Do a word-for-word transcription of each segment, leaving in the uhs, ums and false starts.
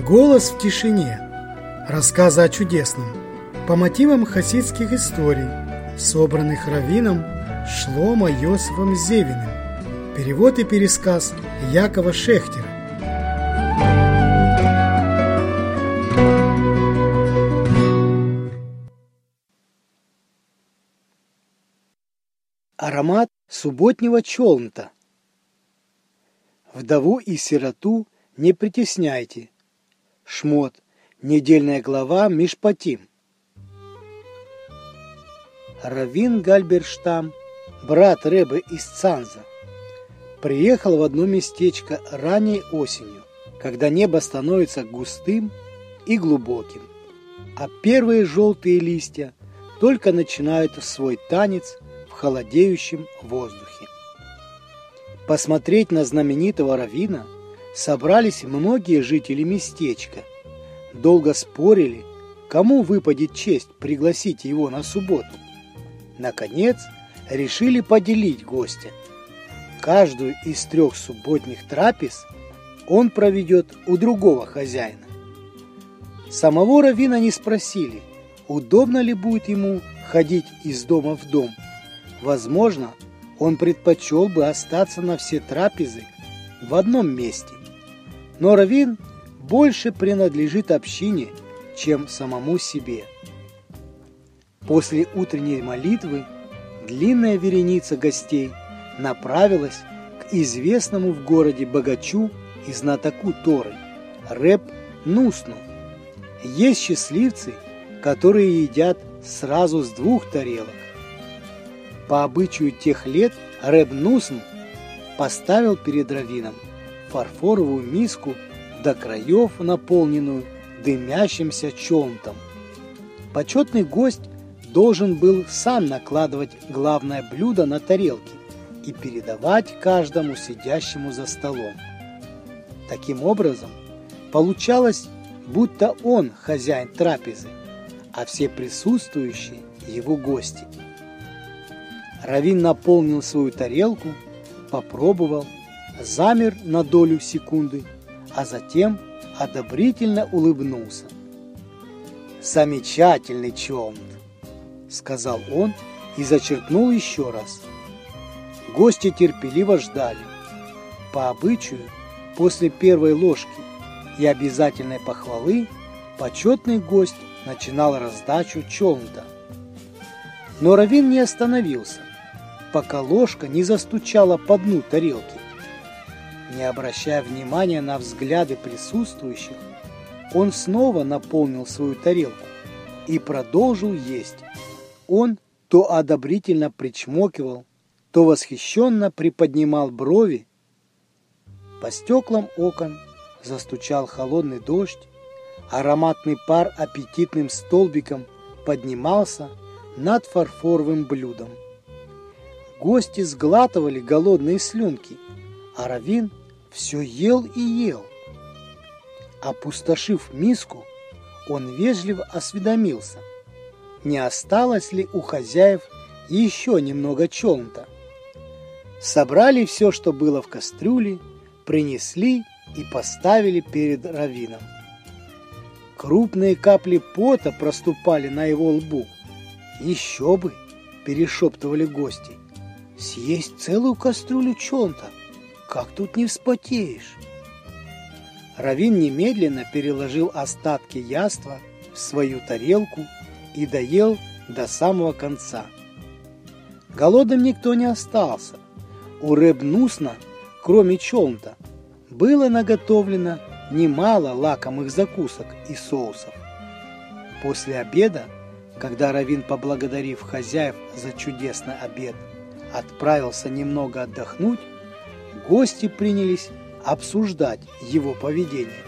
Голос в тишине. Рассказы о чудесном. По мотивам хасидских историй, собранных раввином Шломо Йосифом Зевиным. Перевод и пересказ Якова Шехтера. Аромат субботнего чолнта. Вдову и сироту не притесняйте. Шмот. Недельная глава Мишпатим. Раввин Гальберштам, брат Ребе из Цанза, приехал в одно местечко ранней осенью, когда небо становится густым и глубоким, а первые желтые листья только начинают свой танец в холодеющем воздухе. Посмотреть на знаменитого раввина собрались многие жители местечка. Долго спорили, кому выпадет честь пригласить его на субботу. Наконец, решили поделить гостя. Каждую из трех субботних трапез он проведет у другого хозяина. Самого раввина не спросили, удобно ли будет ему ходить из дома в дом. Возможно, он предпочел бы остаться на все трапезы в одном месте. Но раввин больше принадлежит общине, чем самому себе. После утренней молитвы длинная вереница гостей направилась к известному в городе богачу и знатоку Торы Реб Нусну. Есть счастливцы, которые едят сразу с двух тарелок. По обычаю тех лет Реб Нусн поставил перед раввином фарфоровую миску до краев, наполненную дымящимся чолнтом. Почетный гость должен был сам накладывать главное блюдо на тарелки и передавать каждому сидящему за столом. Таким образом, получалось, будто он хозяин трапезы, а все присутствующие его гости. Раввин наполнил свою тарелку, попробовал, замер на долю секунды, а затем одобрительно улыбнулся. «Замечательный чолнт!» — сказал он и зачерпнул еще раз. Гости терпеливо ждали. По обычаю, после первой ложки и обязательной похвалы, почетный гость начинал раздачу чолнта. Но раввин не остановился, пока ложка не застучала по дну тарелки. Не обращая внимания на взгляды присутствующих, он снова наполнил свою тарелку и продолжил есть. Он то одобрительно причмокивал, то восхищенно приподнимал брови. По стеклам окон застучал холодный дождь, ароматный пар аппетитным столбиком поднимался над фарфоровым блюдом. Гости сглатывали голодные слюнки, а раввин все ел и ел. Опустошив миску, он вежливо осведомился, не осталось ли у хозяев еще немного чолнта. Собрали все, что было в кастрюле, принесли и поставили перед раввином. Крупные капли пота проступали на его лбу. «Еще бы!» – перешептывали гости. «Съесть целую кастрюлю чолнта! Как тут не вспотеешь?» Раввин немедленно переложил остатки яства в свою тарелку и доел до самого конца. Голодным никто не остался. У Реб Нусна, кроме чолнта, было наготовлено немало лакомых закусок и соусов. После обеда, когда раввин, поблагодарив хозяев за чудесный обед, отправился немного отдохнуть, гости принялись обсуждать его поведение.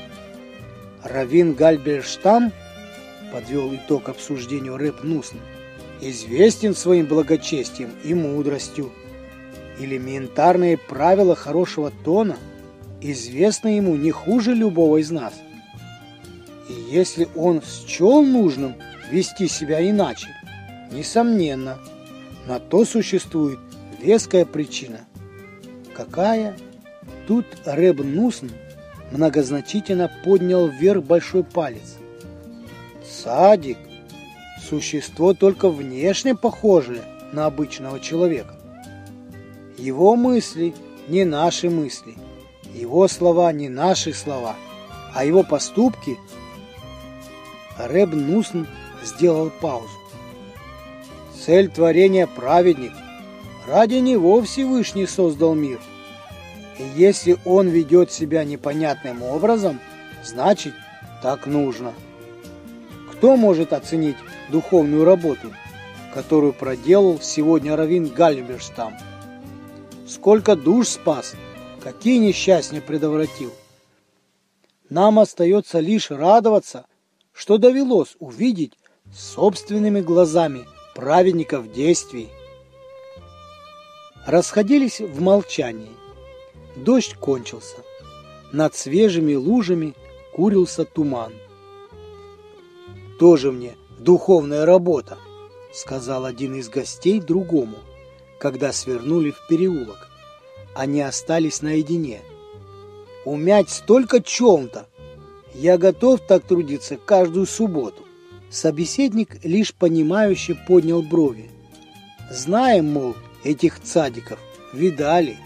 Раввин Гальберштам, подвел итог обсуждению Реб Нусн, известен своим благочестием и мудростью. Элементарные правила хорошего тона известны ему не хуже любого из нас. И если он счел нужным вести себя иначе, несомненно, на то существует веская причина. Какая? Тут Реб Нусн многозначительно поднял вверх большой палец. Цадик – существо только внешне похожее на обычного человека. Его мысли не наши мысли, его слова не наши слова, а его поступки... Реб Нусн сделал паузу. Цель творения – праведник. Ради него Всевышний создал мир. И если он ведет себя непонятным образом, значит, так нужно. Кто может оценить духовную работу, которую проделал сегодня раввин Гальберштам? Сколько душ спас, какие несчастья предотвратил? Нам остается лишь радоваться, что довелось увидеть собственными глазами праведника в действии. Расходились в молчании. Дождь кончился. Над свежими лужами курился туман. «Тоже мне духовная работа», — сказал один из гостей другому, когда свернули в переулок. Они остались наедине. «Умять столько челн-то! Я готов так трудиться каждую субботу». Собеседник лишь понимающе поднял брови. «Знаем, мол, этих цадиков, видали».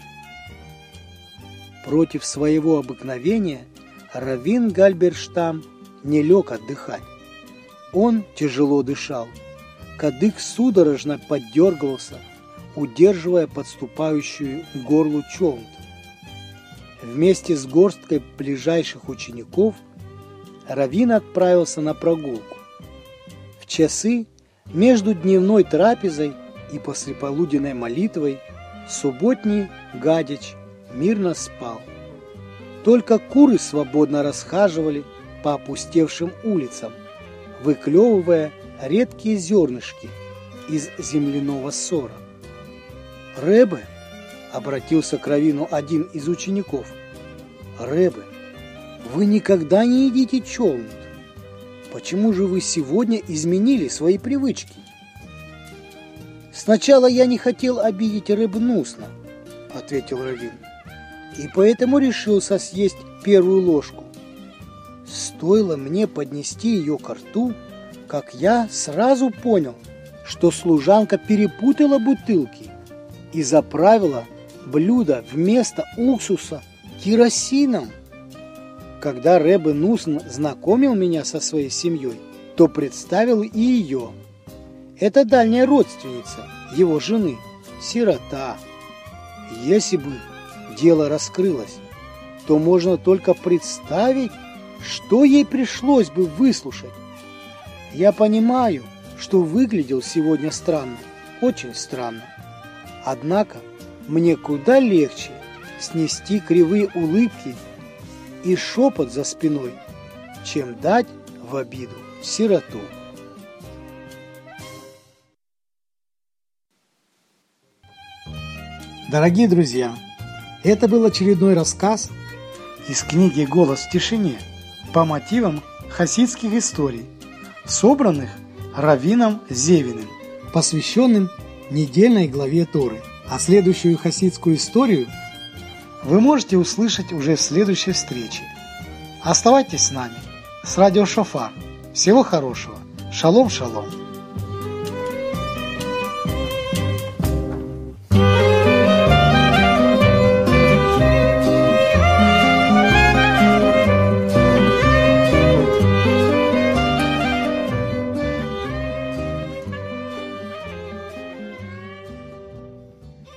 Против своего обыкновения раввин Гальберштам не лег отдыхать. Он тяжело дышал. Кадык судорожно поддергивался, удерживая подступающую к горлу челн. Вместе с горсткой ближайших учеников раввин отправился на прогулку. В часы между дневной трапезой и послеполуденной молитвой субботний гадяч мирно спал. Только куры свободно расхаживали по опустевшим улицам, выклевывая редкие зернышки из земляного сора. «Ребе», — обратился к раввину один из учеников, — «Ребе, вы никогда не едите челнут. Почему же вы сегодня изменили свои привычки?» «Сначала я не хотел обидеть Реб Нусна», — ответил раввин, — «и поэтому решился съесть первую ложку. Стоило мне поднести ее ко рту, как я сразу понял, что служанка перепутала бутылки и заправила блюдо вместо уксуса керосином. Когда Ребе Нусн знакомил меня со своей семьей, то представил и ее. Это дальняя родственница его жены, сирота. Если бы дело раскрылось, то можно только представить, что ей пришлось бы выслушать. Я понимаю, что выглядел сегодня странно, очень странно. Однако мне куда легче снести кривые улыбки и шепот за спиной, чем дать в обиду сироту. Дорогие друзья, это был очередной рассказ из книги «Голос в тишине» по мотивам хасидских историй, собранных раввином Зевиным, посвященным недельной главе Торы. А следующую хасидскую историю вы можете услышать уже в следующей встрече. Оставайтесь с нами, с радио Шофар. Всего хорошего. Шалом, шалом.